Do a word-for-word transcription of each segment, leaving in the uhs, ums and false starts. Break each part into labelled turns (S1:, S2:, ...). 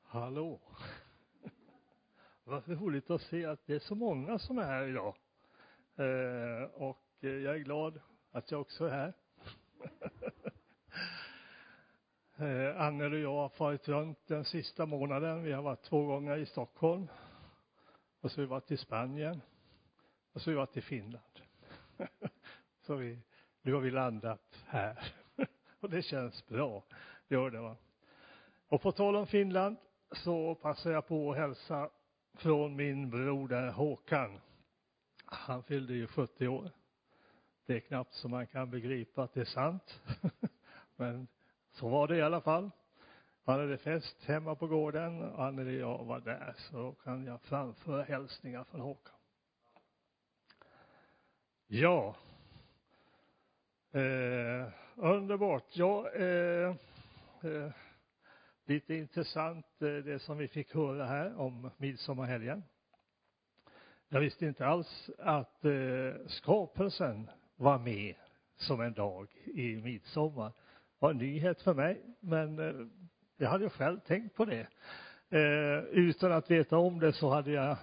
S1: Hallå. Vad roligt att se att det är så många som är här idag. Eh, och jag är glad att jag också är här. eh, Anneli och jag har farit runt den sista månaden. Vi har varit två gånger i Stockholm. Och så har vi varit i Spanien. Och så har vi varit i Finland. så vi, nu har vi landat här. och det känns bra. Gör det, va? Och på tal om Finland så passar jag på att hälsa från min bror där, Håkan. Han fyllde ju sjuttio år. Det är knappt så man kan begripa att det är sant. Men så var det i alla fall. Han hade fest hemma på gården. Och han och jag var där, så kan jag framföra hälsningar från Håkan. Ja. Eh, underbart. Ja, eh, eh, lite intressant eh, det som vi fick höra här om midsommarhelgen. Jag visste inte alls att eh, skapelsen var med som en dag i midsommar. Det var en nyhet för mig, men eh, jag hade själv tänkt på det. Eh, utan att veta om det så hade jag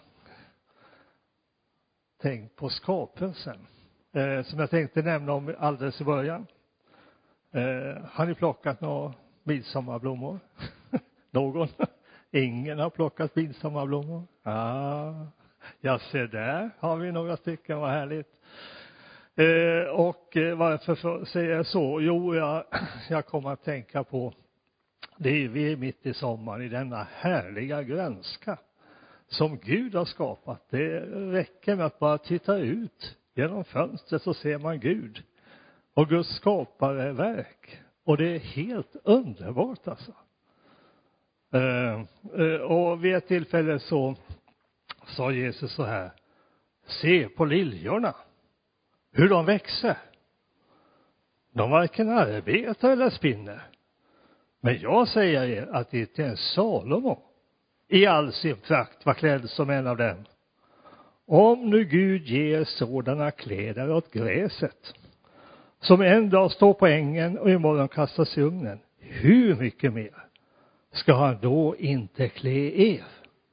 S1: tänkt på skapelsen. Eh, som jag tänkte nämna om alldeles i början. Eh, har ni plockat några midsommarblommor? Någon? Ingen har plockat midsommarblommor? Ah. Ja, se där har vi några stycken, vad härligt. Eh, och eh, varför säger jag så? Jo, jag, jag kommer att tänka på det är vi är mitt i sommaren, i denna härliga grönska som Gud har skapat. Det räcker med att bara titta ut genom fönstret så ser man Gud och Guds skapare verk. Och det är helt underbart alltså. Eh, eh, och vid ett tillfälle så sa Jesus så här: se på liljorna, hur de växer. De varken arbetar eller spinner. Men jag säger er att inte ens Salomo i all sin prakt var klädd som en av dem. Om nu Gud ger sådana kläder åt gräset, som en dag står på ängen och imorgon kastas i ugnen, hur mycket mer ska han då inte klä er?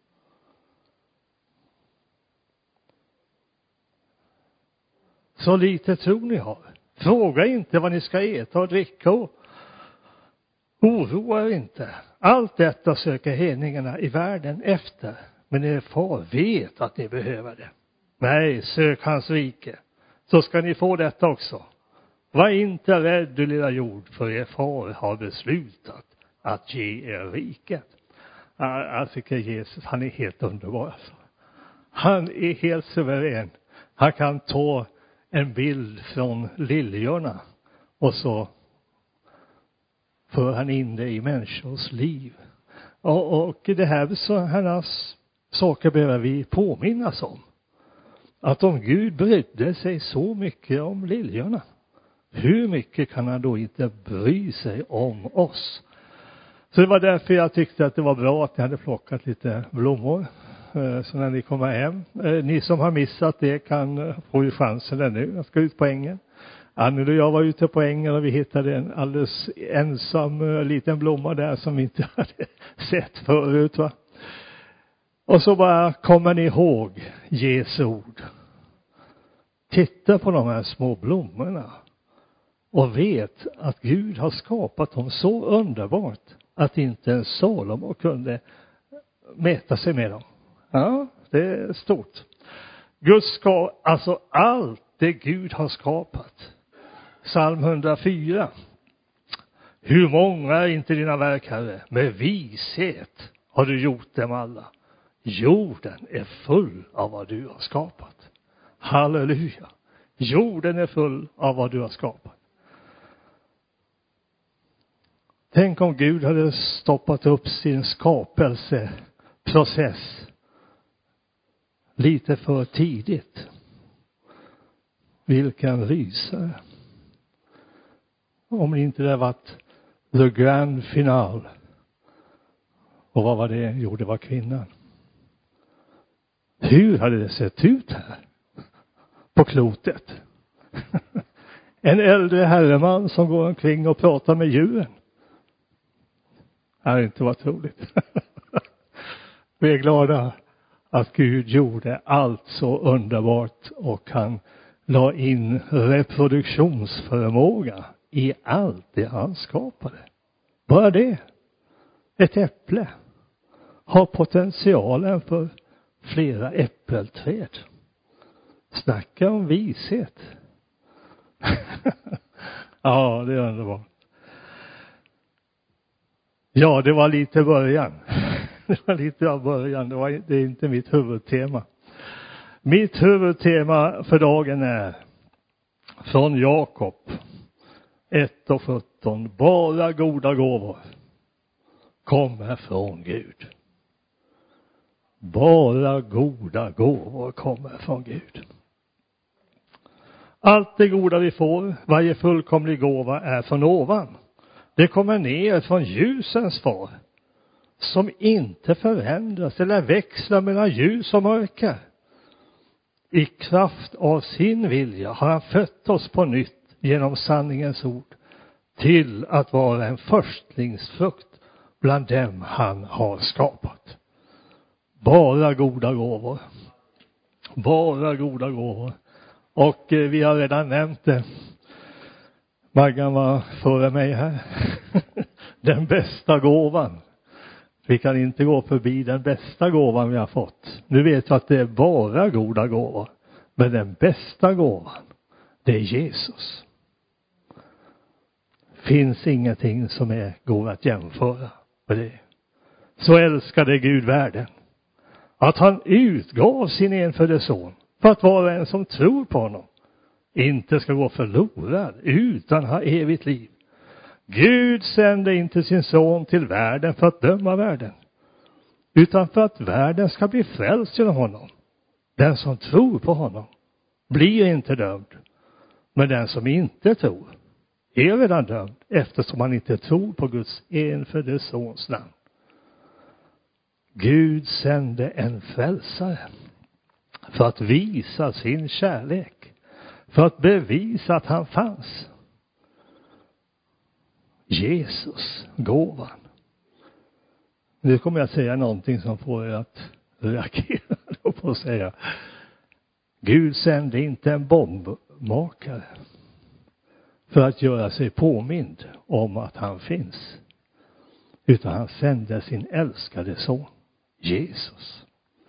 S1: Så lite tro ni har. Fråga inte vad ni ska äta och dricka och oroa er inte. Allt detta söker hedningarna i världen efter. Men er far vet att ni behöver det. Nej, sök hans rike. Så ska ni få detta också. Var inte rädd, du lilla jord, för er far har beslutat att ge er riket. Jag tycker Jesus, han är helt underbar alltså. Han är helt suverän. Han kan ta en bild från liljorna och så för han in det i människors liv. Och, och det här sådana saker behöver vi påminnas om. Att om Gud brydde sig så mycket om liljorna, hur mycket kan han då inte bry sig om oss? Så det var därför jag tyckte att det var bra att ni hade plockat lite blommor. Så när ni kommer hem, ni som har missat det kan få ju chansen där nu. Jag ska ut på ängen. Anneli och jag var ute på ängen och vi hittade en alldeles ensam liten blomma där som vi inte hade sett förut, va? Och så bara kommer ni ihåg Jesu ord. Titta på de här små blommorna och vet att Gud har skapat dem så underbart att inte en Salomo kunde mäta sig med dem. Ja, det är stort. Gud ska, alltså allt det Gud har skapat. Psalm hundrafyra. Hur många är inte dina verk, Herre? Med vishet har du gjort dem alla. Jorden är full av vad du har skapat. Halleluja. Jorden är full av vad du har skapat. Tänk om Gud hade stoppat upp sin skapelseprocess lite för tidigt. Vilken rysare. Om inte det varit the grand final. Och vad var det? Jo, det var kvinnan. Hur hade det sett ut här på klotet? En äldre herreman som går omkring och pratar med djuren. Det har inte varit roligt. Vi är glada att Gud gjorde allt så underbart och han la in reproduktionsförmåga i allt det han skapade. Bara det. Ett äpple har potentialen för flera äppelträd. Snacka om vishet. Ja, det är underbart. Ja, det var lite början. Det var lite av början. Det, var, det är inte mitt huvudtema. Mitt huvudtema för dagen är från Jakob ett och sjutton. Bara goda gåvor kommer från Gud. Bara goda gåvor kommer från Gud. Allt det goda vi får, varje fullkomlig gåva är från ovan. Det kommer ner från ljusens far, som inte förändras eller växlar mellan ljus och mörker. I kraft av sin vilja har han fött oss på nytt genom sanningens ord till att vara en förstlingsfrukt bland dem han har skapat. Bara goda gåvor. Bara goda gåvor. Och eh, vi har redan nämnt det. Maggan var före mig här. Den bästa gåvan. Vi kan inte gå förbi den bästa gåvan vi har fått. Nu vet jag att det är bara goda gåvor. Men den bästa gåvan, det är Jesus. Finns ingenting som är går att jämföra med det. Så älskade Gud världen, att han utgav sin enfödde son för att vara en som tror på honom inte ska gå förlorad utan ha evigt liv. Gud sände inte sin son till världen för att döma världen, utan för att världen ska bli frälst genom honom. Den som tror på honom blir inte dömd, men den som inte tror är redan dömd eftersom man inte tror på Guds enfödde sons namn. Gud sände en frälsare för att visa sin kärlek, för att bevisa att han fanns. Jesus, gåvan. Nu kommer jag att säga någonting som får er att reagera på att säga. Gud sände inte en bombmakare för att göra sig påmind om att han finns, utan han sände sin älskade son, Jesus.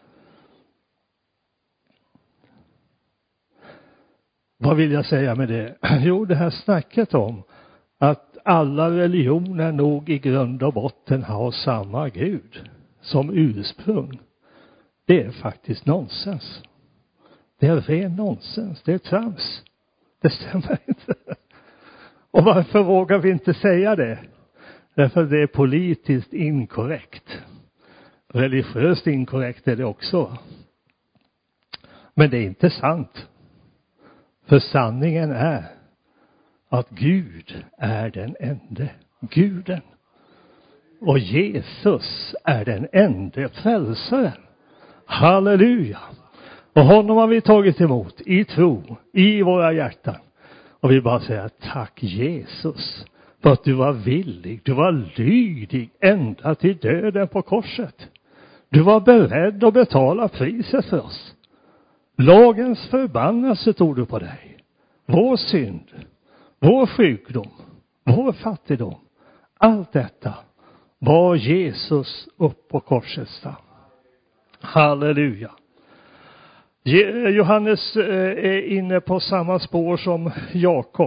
S1: Vad vill jag säga med det? Jo, det här snacket om att alla religioner nog i grund och botten har samma Gud som ursprung. Det är faktiskt nonsens. Det är ren nonsens. Det är trams. Det stämmer inte. Och varför vågar vi inte säga det? Därför det är politiskt inkorrekt. Religiöst inkorrekt är det också. Men det är inte sant. För sanningen är att Gud är den enda Guden. Och Jesus är den enda frälsaren. Halleluja! Och honom har vi tagit emot i tro, i våra hjärtan. Och vi bara säger tack Jesus för att du var villig, du var lydig ända till döden på korset. Du var beredd att betala priset för oss. Lagens förbannelse tog du på dig. Vår synd, vår sjukdom, vår fattigdom. Allt detta var Jesus upp på korset stam. Halleluja. Johannes är inne på samma spår som Jakob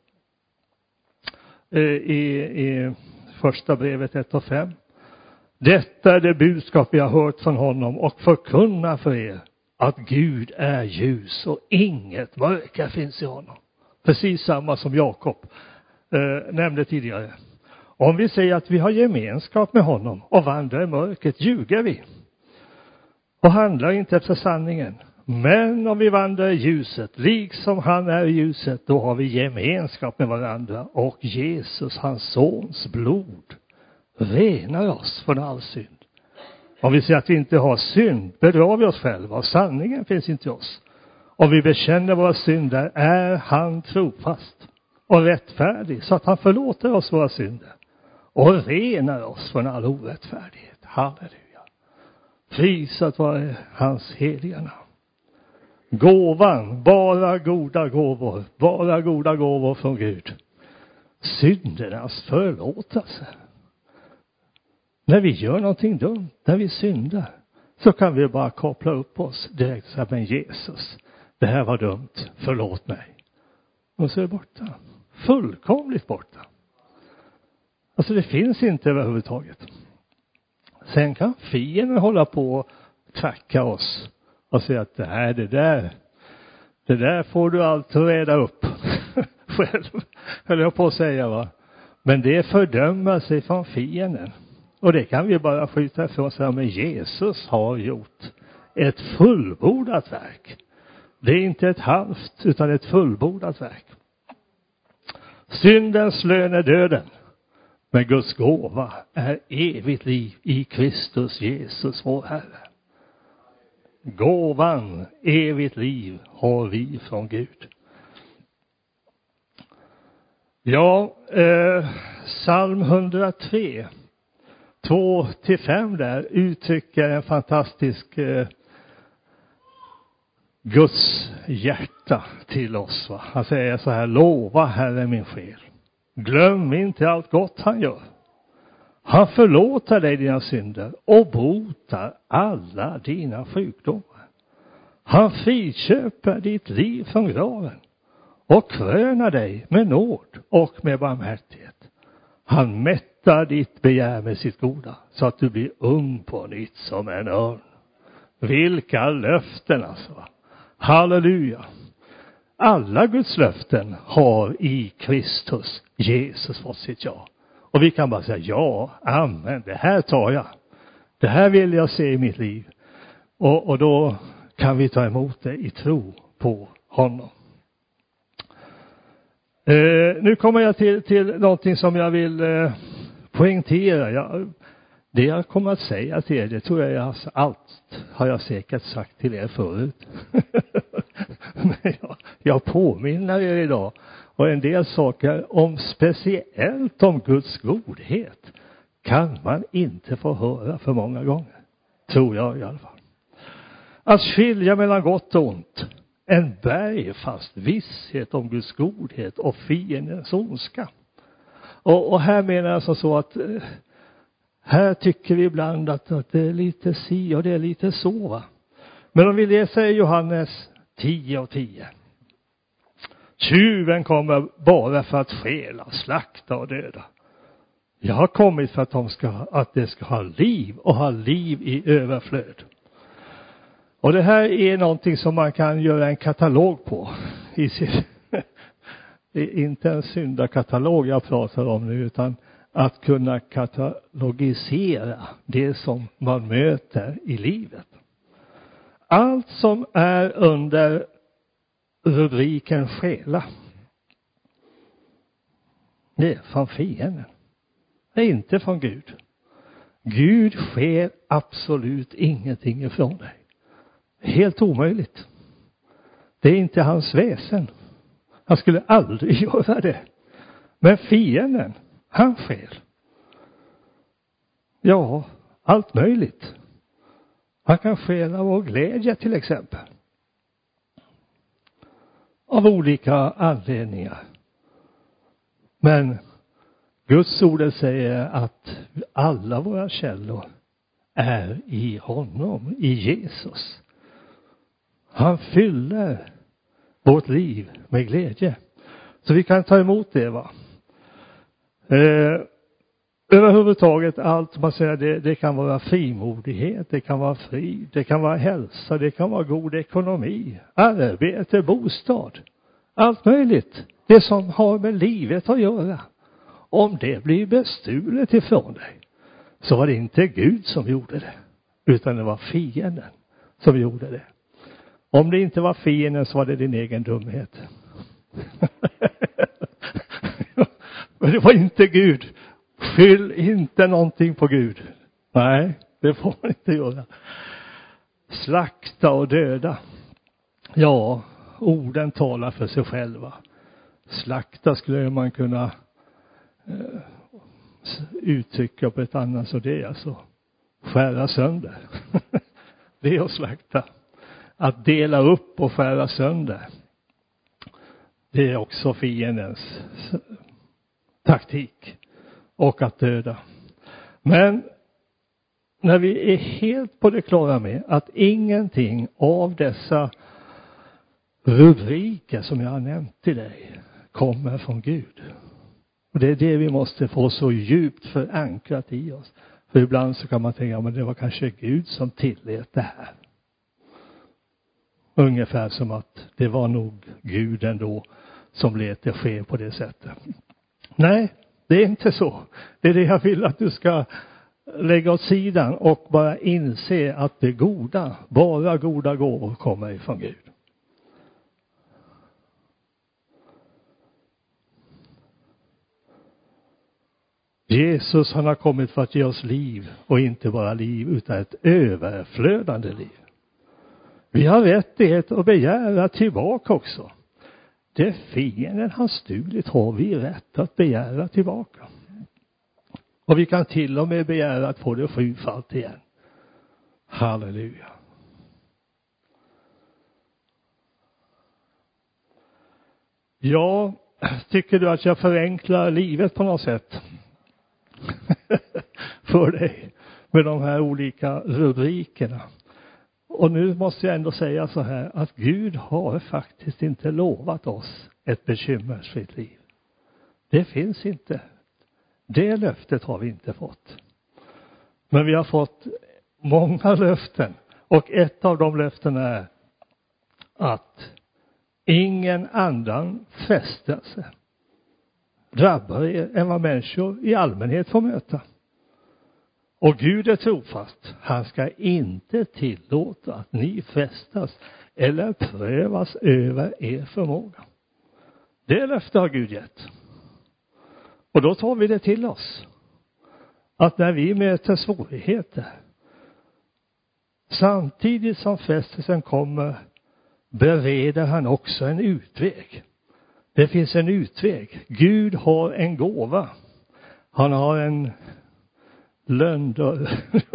S1: i, i första brevet ett och fem. Detta är det budskap vi har hört från honom och förkunnar för er, att Gud är ljus och inget mörker finns i honom. Precis samma som Jakob eh, nämnde tidigare. Om vi säger att vi har gemenskap med honom och vandrar i mörkret, ljuger vi och handlar inte efter sanningen. Men om vi vandrar i ljuset, liksom han är i ljuset, då har vi gemenskap med varandra. Och Jesus, hans sons blod, renar oss från all synd. Om vi säger att vi inte har synd, bedrar vi oss själva och sanningen finns inte i oss. Om vi bekänner våra synder är han trofast och rättfärdig så att han förlåter oss våra synder och renar oss från all orättfärdighet. Halleluja. Prisat vare hans heliga namn. Gåvan, bara goda gåvor, bara goda gåvor från Gud. Syndernas förlåtelse. När vi gör någonting dumt, när vi syndar, så kan vi bara koppla upp oss direkt och säga, men Jesus, det här var dumt, förlåt mig. Och så är det borta. Fullkomligt borta. Alltså det finns inte överhuvudtaget. Sen kan fienden hålla på och tvacka oss och säga att det här, det där, det där får du allt reda upp själv, höll jag på att säga, va. Men det fördömer sig från fienden. Och det kan vi bara skjuta ifrån och säga, men Jesus har gjort ett fullbordat verk. Det är inte ett halvt utan ett fullbordat verk. Syndens lön är döden. Men Guds gåva är evigt liv i Kristus Jesus vår Herre. Gåvan, evigt liv har vi från Gud. Ja, eh, psalm hundratre, två till fem där uttrycker en fantastisk eh, Guds hjärta till oss. Va? Han säger så här, lova Herre min själ. Glöm inte allt gott han gör. Han förlåter dig dina synder och botar alla dina sjukdomar. Han friköper ditt liv från graven och krönar dig med nåd och med barmhärtighet. Han mättar ditt begär med sitt goda så att du blir ung på nytt som en örn. Vilka löften alltså. Halleluja. Alla Guds löften har i Kristus Jesus fått sitt ja. Och vi kan bara säga ja, amen, det här tar jag. Det här vill jag se i mitt liv. Och, och då kan vi ta emot det i tro på honom. Eh, nu kommer jag till, till någonting som jag vill eh, poängtera. Jag, det jag kommer att säga till er, det tror jag, jag allt har jag säkert sagt till er förut. Men jag, jag påminner er idag. Och en del saker om speciellt om Guds godhet kan man inte få höra för många gånger. Tror jag i alla fall. Att skilja mellan gott och ont. En bergfast visshet om Guds godhet och fiendens ondska. Och, och här menar jag så att här tycker vi ibland att, att det är lite si och det är lite så, va? Men om vi läser Johannes tio och tio. Tjuven kommer bara för att stjäla, slakta och döda. Jag har kommit för att de ska, att det ska ha liv och ha liv i överflöd. Och det här är någonting som man kan göra en katalog på. I sin, det är inte en syndakatalog jag pratar om nu, utan att kunna katalogisera det som man möter i livet. Allt som är under rubriken stjäla, det är från fienden. Det är inte från Gud. Gud sker absolut ingenting ifrån dig. Helt omöjligt. Det är inte hans väsen. Han skulle aldrig göra det. Men fienden, han sker. Ja, allt möjligt. Han kan stjäla vår glädje till exempel. Av olika anledningar. Men Guds ord säger att alla våra källor är i honom, i Jesus. Han fyller vårt liv med glädje. Så vi kan ta emot det, va. Eh, överhuvudtaget allt man säger, det, det kan vara frimodighet, det kan vara frid, det kan vara hälsa, det kan vara god ekonomi, arbete, bostad. Allt möjligt. Det som har med livet att göra. Om det blir bestulet ifrån dig, så var det inte Gud som gjorde det, utan det var fienden som gjorde det. Om det inte var fienden, så var det din egen dumhet. Men det var inte Gud. Skyll inte någonting på Gud. Nej, det får man inte göra. Slakta och döda. Ja, orden talar för sig själva. Slakta skulle man kunna eh, uttrycka på ett annat, så det är alltså skära sönder. det är att slakta. Att dela upp och skära sönder. Det är också fiendens taktik. Och att döda. Men när vi är helt på det klara med att ingenting av dessa rubriker som jag har nämnt till dig kommer från Gud. Och det är det vi måste få så djupt förankrat i oss. För ibland så kan man tänka, men det var kanske Gud som tillät det här. Ungefär som att det var nog Gud ändå som lät det ske på det sättet. Nej, det är inte så. Det är det jag vill att du ska lägga åt sidan och bara inse att det goda, bara goda gåvor kommer ifrån Gud. Jesus, han har kommit för att ge oss liv, och inte bara liv utan ett överflödande liv. Vi har rättighet att begära tillbaka också. Det fienden har stulit har vi rätt att begära tillbaka. Och vi kan till och med begära att få det sjufalt igen. Halleluja. Ja, tycker du att jag förenklar livet på något sätt? För dig med de här olika rubrikerna. Och nu måste jag ändå säga så här, att Gud har faktiskt inte lovat oss ett bekymmersfritt liv. Det finns inte. Det löftet har vi inte fått. Men vi har fått många löften. Och ett av de löftena är att ingen annan frestelse drabbar er än vad människor i allmänhet får möta. Och Gud är trofast. Han ska inte tillåta att ni frestas eller prövas över er förmåga. Det löfte har Gud gett. Och då tar vi det till oss. Att när vi möter svårigheter, samtidigt som frestelsen kommer, bereder han också en utväg. Det finns en utväg. Gud har en gåva. Han har en löndor.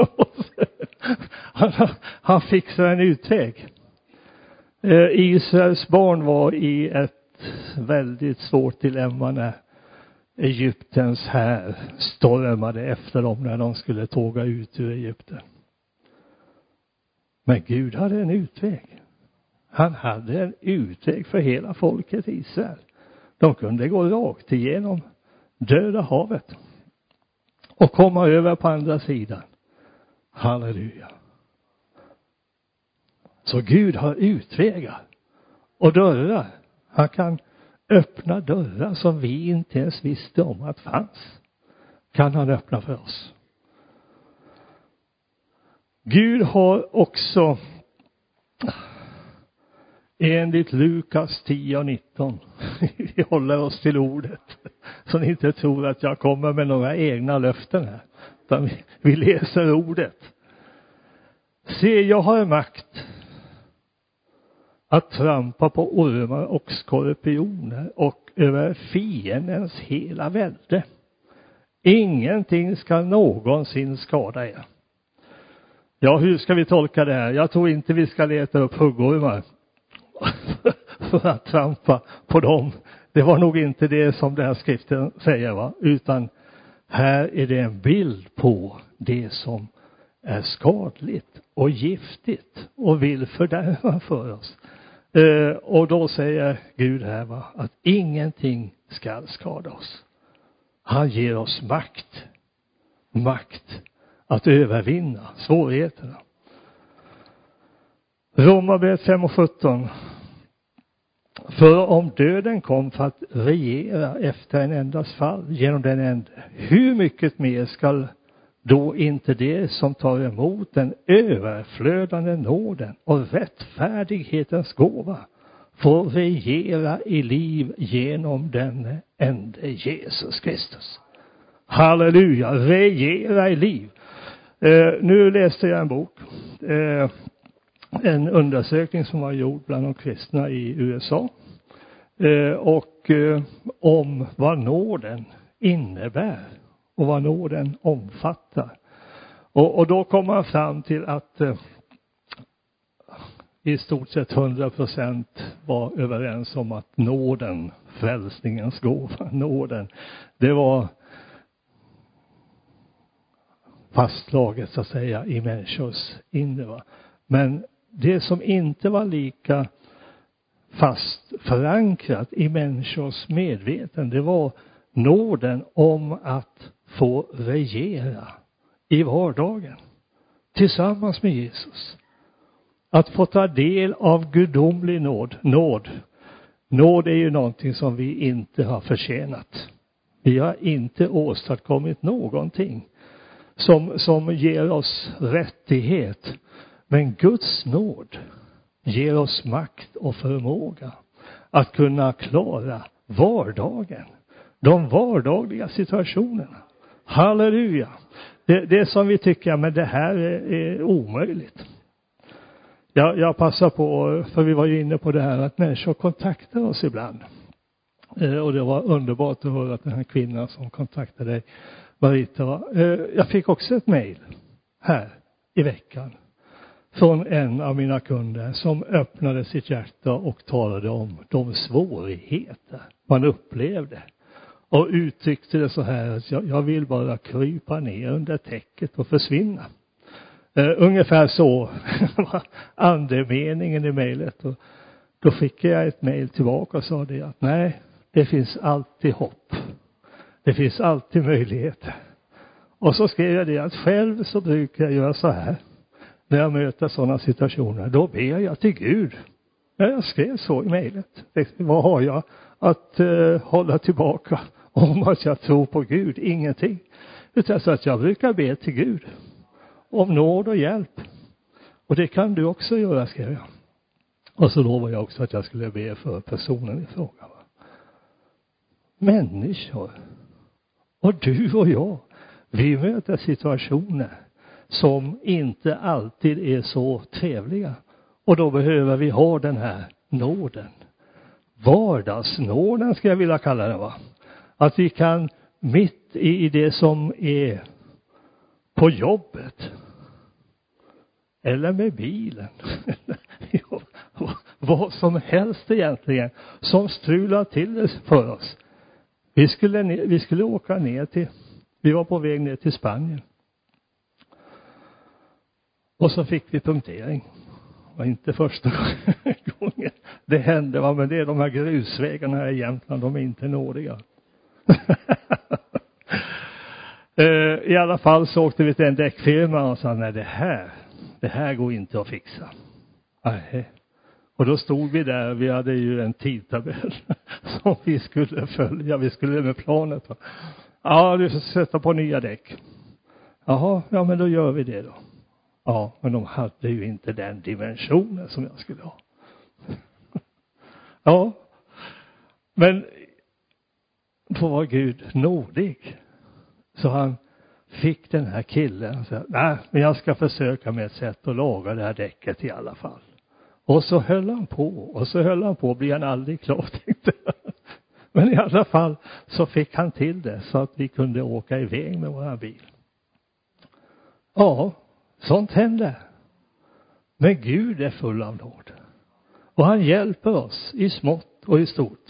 S1: han, han fixar en utväg. Eh, Israels barn var i ett väldigt svårt dilemma när Egyptens här stormade efter dem när de skulle tåga ut ur Egypten. Men Gud hade en utväg. Han hade en utväg för hela folket Israel. De kunde gå rakt igenom Döda havet och komma över på andra sidan. Halleluja. Så Gud har utvägar och dörrar. Han kan öppna dörrar som vi inte ens visste om att fanns. Kan han öppna för oss. Gud har också enligt Lukas tio och nitton vi håller oss till ordet. Så ni inte tror att jag kommer med några egna löften här. Utan vi, vi läser ordet. Se, jag har makt att trampa på ormar och skorpioner och över fiendens hela välde. Ingenting ska någonsin skada er. Ja, hur ska vi tolka det här? Jag tror inte vi ska leta upp huggormar för att trampa på dem. Det var nog inte det som den här skriften säger, va? Utan här är det en bild på det som är skadligt och giftigt och vill fördärva för oss. Eh, och då säger Gud här, va, att ingenting ska skada oss. Han ger oss makt. Makt att övervinna svårigheterna. Romarbrevet fem och sjutton. För om döden kom för att regera efter en endas fall genom den ände, hur mycket mer skall då inte det som tar emot den överflödande nåden och rättfärdighetens gåva få regera i liv genom den ende Jesus Kristus. Halleluja, regera i liv. Eh, nu läste jag en bok. Eh, en undersökning som var gjord bland de kristna i U S A. Eh, och eh, om vad nåden innebär och vad nåden omfattar. Och, och då kommer man fram till att eh, i stort sett hundra procent var överens om att nåden, frälsningens gåva, nåden, det var fastslaget så att säga i människors inre. Men det som inte var lika fast förankrat i människors medvetande, det var nåden om att få regera i vardagen tillsammans med Jesus. Att få ta del av gudomlig nåd. Nåd. Nåd är ju någonting som vi inte har förtjänat. Vi har inte åstadkommit någonting som, som ger oss rättighet. Men Guds nåd ger oss makt och förmåga att kunna klara vardagen. De vardagliga situationerna. Halleluja. Det, det som vi tycker, men det här är, är omöjligt. Jag, jag passar på, för vi var ju inne på det här att människor kontaktar oss ibland. Eh, och det var underbart att höra att den här kvinnan som kontaktade dig, Marita. Eh, jag fick också ett mejl här i veckan från en av mina kunder som öppnade sitt hjärta och talade om de svårigheter man upplevde. Och uttryckte det så här att jag, jag vill bara krypa ner under täcket och försvinna. Uh, ungefär så var andemeningen i mejlet. Och då fick jag ett mejl tillbaka och sa det att nej, det finns alltid hopp. Det finns alltid möjligheter. Och så skrev jag det att själv så brukar jag göra så här. När jag möter sådana situationer, då ber jag till Gud. Ja, jag skrev så i mejlet. Vad har jag att uh, hålla tillbaka om att jag tror på Gud? Ingenting. Utan så att jag brukar be till Gud om nåd och hjälp. Och det kan du också göra, skrev jag. Och så lovade jag också att jag skulle be för personen i fråga. Människor. Och du och jag. Vi möter situationer som inte alltid är så trevliga. Och då behöver vi ha den här nåden. Vardagsnåden ska jag vilja kalla det, va. Att vi kan mitt i det som är på jobbet. Eller med bilen. Vad som helst egentligen. Som strular till det för oss. Vi skulle, ner, vi skulle åka ner till. Vi var på väg ner till Spanien. Och så fick vi punktering. Det var inte första gången det hände. Va? Men det är de här grusvägarna här i Jämtland. De är inte nådiga. I alla fall så åkte vi till en däckfirma och sa nej, det här, det här går inte att fixa. Nej. Och då stod vi där, vi hade ju en tidtabell som vi skulle följa, vi skulle med planet. Ja, du ska sätta på nya däck. Jaha, ja men då gör vi det då. Ja, men de hade ju inte den dimensionen som jag skulle ha. Ja, men då var Gud nådig. Så han fick den här killen och sa, nej, men jag ska försöka med ett sätt att laga det här däcket i alla fall. Och så höll han på, och så höll han på, blir han aldrig klar, tänkte jag. Men i alla fall så fick han till det så att vi kunde åka iväg med vår bil. Ja, sånt händer. Men Gud är full av nåd. Och han hjälper oss i smått och i stort.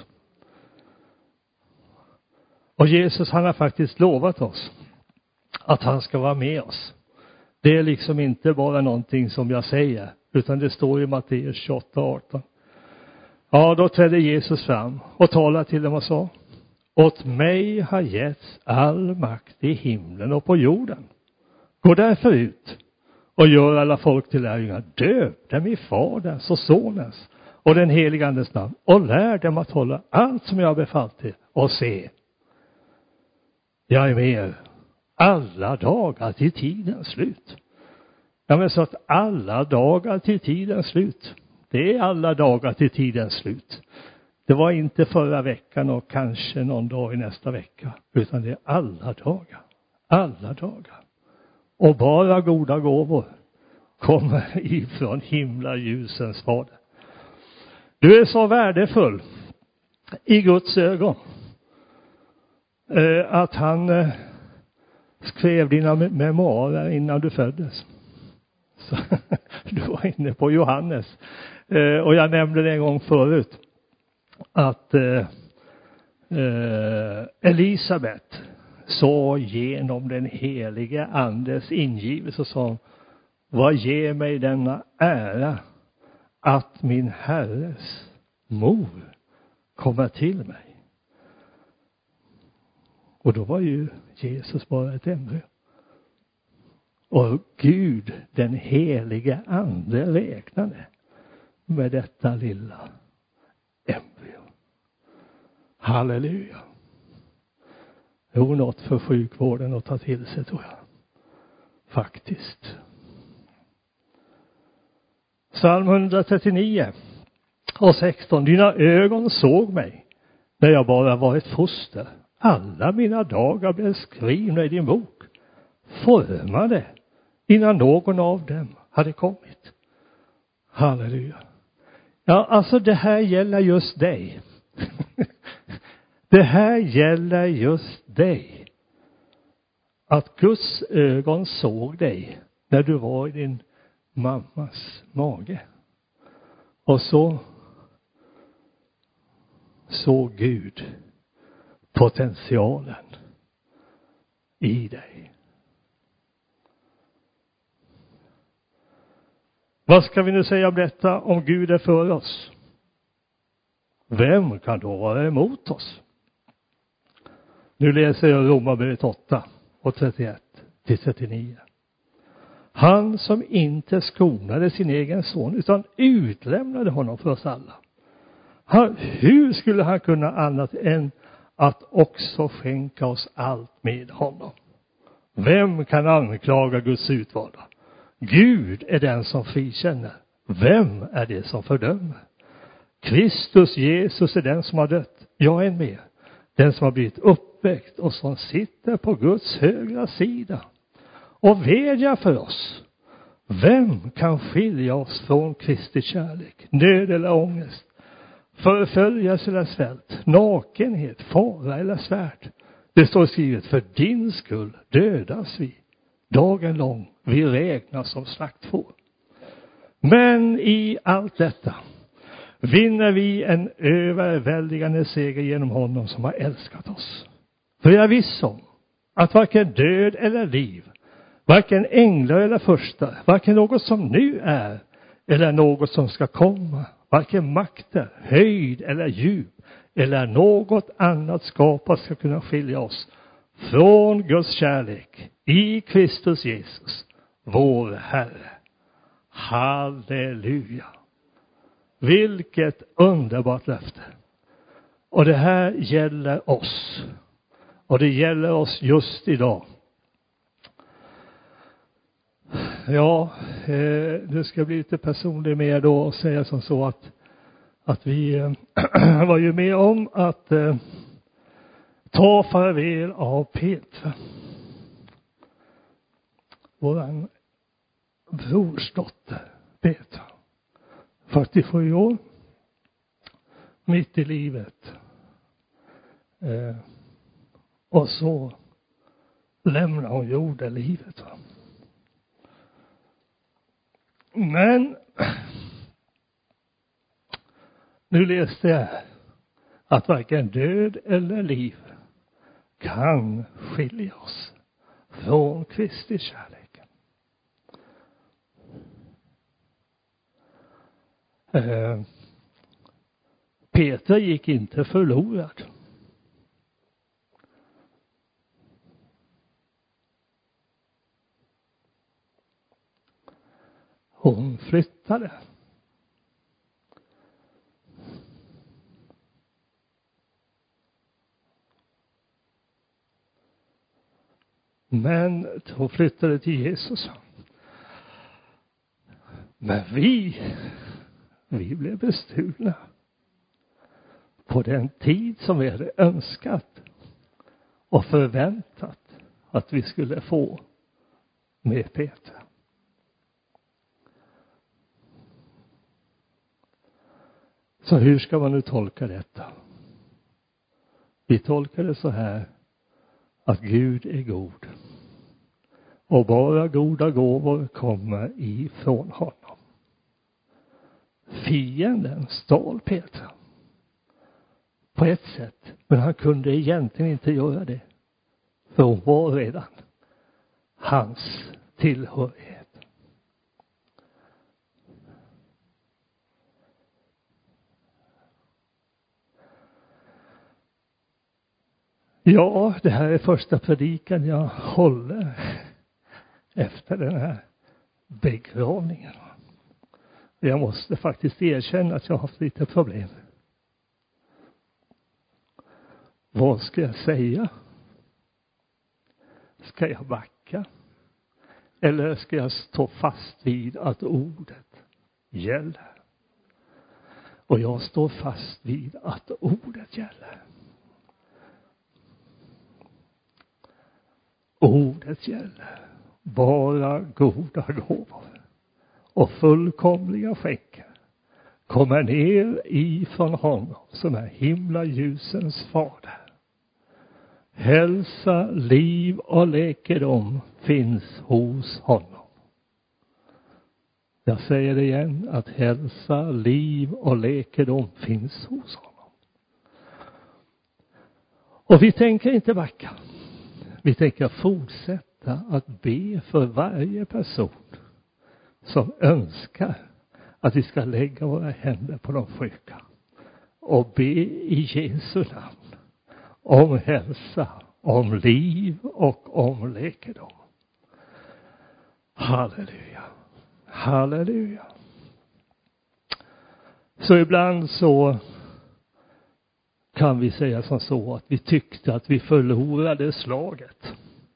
S1: Och Jesus, han har faktiskt lovat oss att han ska vara med oss. Det är liksom inte bara någonting som jag säger, utan det står i Matteus tjugoåtta arton. Ja, då trädde Jesus fram och talade till dem och sa, åt mig har getts all makt i himlen och på jorden. Gå därför ut och gör alla folk till lärjungar. Döp dem i Faderns och Sonens och den helige Andes namn och lär dem att hålla allt som jag har befallt er. Och se, jag är med er alla dagar till tidens slut. Ja, men så att alla dagar till tidens slut. Det är alla dagar till tidens slut. Det var inte förra veckan och kanske någon dag i nästa vecka. Utan det är alla dagar. Alla dagar. Och bara goda gåvor kommer ifrån himla ljusens fader. Du är så värdefull i Guds ögon. Att han skrev dina memoarer innan du föddes. Så, du var inne på Johannes. Eh, och jag nämnde det en gång förut. Att eh, eh, Elisabet så genom den helige andes ingivelse sa: vad ger mig denna ära att min Herres mor kommer till mig? Och då var ju Jesus bara ett embryo. Och Gud, den helige ande, räknade med detta lilla embryo. Halleluja. Jo, något för sjukvården att ta till sig, tror jag. Faktiskt. Psalm hundratrettionio och sexton. Dina ögon såg mig när jag bara var ett foster. Alla mina dagar blev skrivna i din bok, formade innan någon av dem hade kommit. Halleluja. Ja, alltså det här gäller just dig. Det här gäller just dig. Att Guds ögon såg dig när du var i din mammas mage. Och så såg Gud potentialen i dig. Vad ska vi nu säga om detta? Om Gud är för oss, vem kan då vara emot oss? Nu läser jag Romarbrevet åtta och trettioett till trettionio. Han som inte skonade sin egen son utan utlämnade honom för oss alla. Han, hur skulle han kunna annat än att också skänka oss allt med honom? Vem kan anklaga Guds utvalda? Gud är den som frikänner. Vem är det som fördömer? Kristus Jesus är den som har dött, ja än mer, den som har blivit uppväckt och som sitter på Guds högra sida och vädjar för oss. Vem kan skilja oss från Kristi kärlek? Nöd eller ångest, förföljelse eller svält, nakenhet, fara eller svärd. Det står skrivet: för din skull dödas vi dagen lång, vi räknas som slaktfår. Men i allt detta vinner vi en överväldigande seger genom honom som har älskat oss. För jag är viss om att varken död eller liv, varken änglar eller förstar, varken något som nu är eller något som ska komma, varken makter, höjd eller djup eller något annat skapat ska kunna skilja oss från Guds kärlek i Kristus Jesus, vår Herre. Halleluja. Vilket underbart löfte. Och det här gäller oss. Och det gäller oss just idag. Ja, eh, det ska bli lite personligt med då och säga som så att att vi eh, var ju med om att eh, ta farväl av Petra. Våran brorsdotter Petra. fyrtiosju år. Mitt i livet. Eh, och så lämnar hon jordelivet. Va? Men nu läste jag att varken död eller liv kan skilja oss från Kristi kärlek. Eh, Petra gick inte förlorad. Hon flyttade. Men hon flyttade till Jesus. Men vi, vi blev bestulna på den tid som vi hade önskat och förväntat att vi skulle få med Petra. Så hur ska man nu tolka detta? Vi tolkar det så här att Gud är god och bara goda gåvor kommer ifrån honom. Fienden stal Petra på ett sätt, men han kunde egentligen inte göra det, för hon var redan hans tillhörighet. Ja, det här är första predikan jag håller efter den här begravningen. Jag måste faktiskt erkänna att jag har haft lite problem. Vad ska jag säga? Ska jag backa? Eller ska jag stå fast vid att ordet gäller? Och jag står fast vid att ordet gäller. Ordet gäller. Bara goda gåvor och fullkomliga skänker kommer ner ifrån honom som är himlaljusens fader. Hälsa, liv och läkedom finns hos honom. Jag säger det igen, att hälsa, liv och läkedom finns hos honom. Och vi tänker inte backa. Vi tänker fortsätta att be för varje person som önskar att vi ska lägga våra händer på de sjuka och be i Jesu namn om hälsa, om liv och om läkedom. Halleluja. Halleluja. Så ibland så kan vi säga som så att vi tyckte att vi förlorade slaget.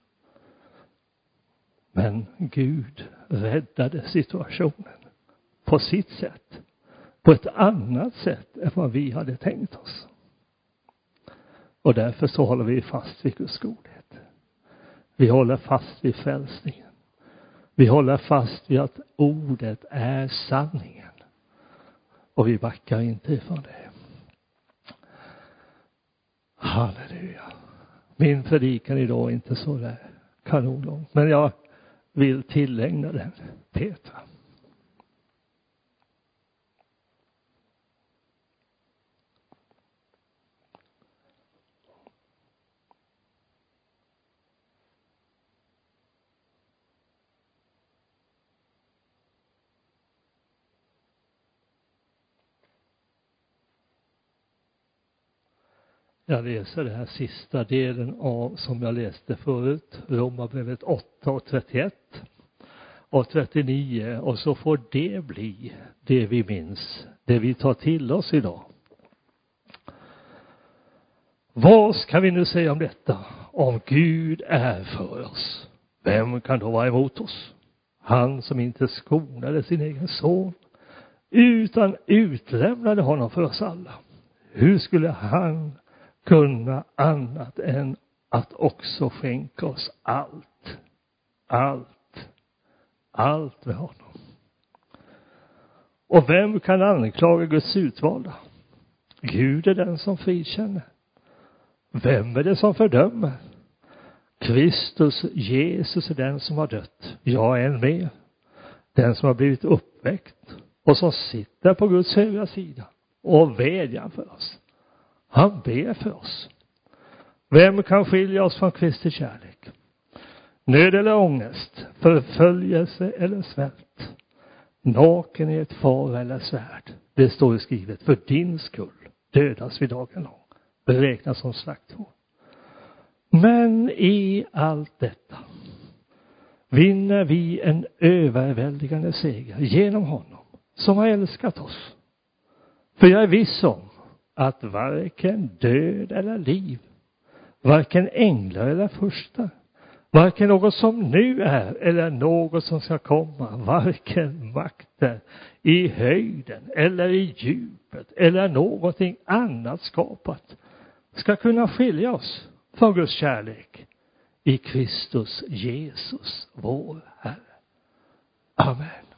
S1: Men Gud räddade situationen på sitt sätt. På ett annat sätt än vad vi hade tänkt oss. Och därför så håller vi fast vid Guds godhet. Vi håller fast vid frälsningen. Vi håller fast vid att ordet är sanningen. Och vi backar inte ifrån det. Halleluja. Min predikan idag är inte så där kanonlång. Men jag vill tillägna den Petra. Jag läser den här sista delen av som jag läste förut. Romarbrevet åtta och trettioett och trettionio. Och så får det bli det vi minns. Det vi tar till oss idag. Vad ska vi nu säga om detta? Om Gud är för oss, vem kan då vara emot oss? Han som inte skonade sin egen son, utan utlämnade honom för oss alla. Hur skulle han kunna annat än att också skänka oss allt, allt, allt med honom? Och vem kan anklaga Guds utvalda? Gud är den som frikänner. Vem är det som fördömer? Kristus, Jesus är den som har dött. Jag är en med. Den som har blivit uppväckt och som sitter på Guds högra sida och vädjar för oss. Han ber för oss. Vem kan skilja oss från Kristi kärlek? Nöd eller ångest, förföljelse eller svält, nakenhet, fara eller svärd. Det står skrivet, för din skull dödas vi dagen lång, beräknas som slaktår. Men i allt detta vinner vi en överväldigande seger genom honom som har älskat oss. För jag är viss om att varken död eller liv, varken änglar eller första, varken något som nu är eller något som ska komma, varken makter i höjden eller i djupet eller någonting annat skapat, ska kunna skilja oss från Guds kärlek i Kristus Jesus, vår Herre. Amen.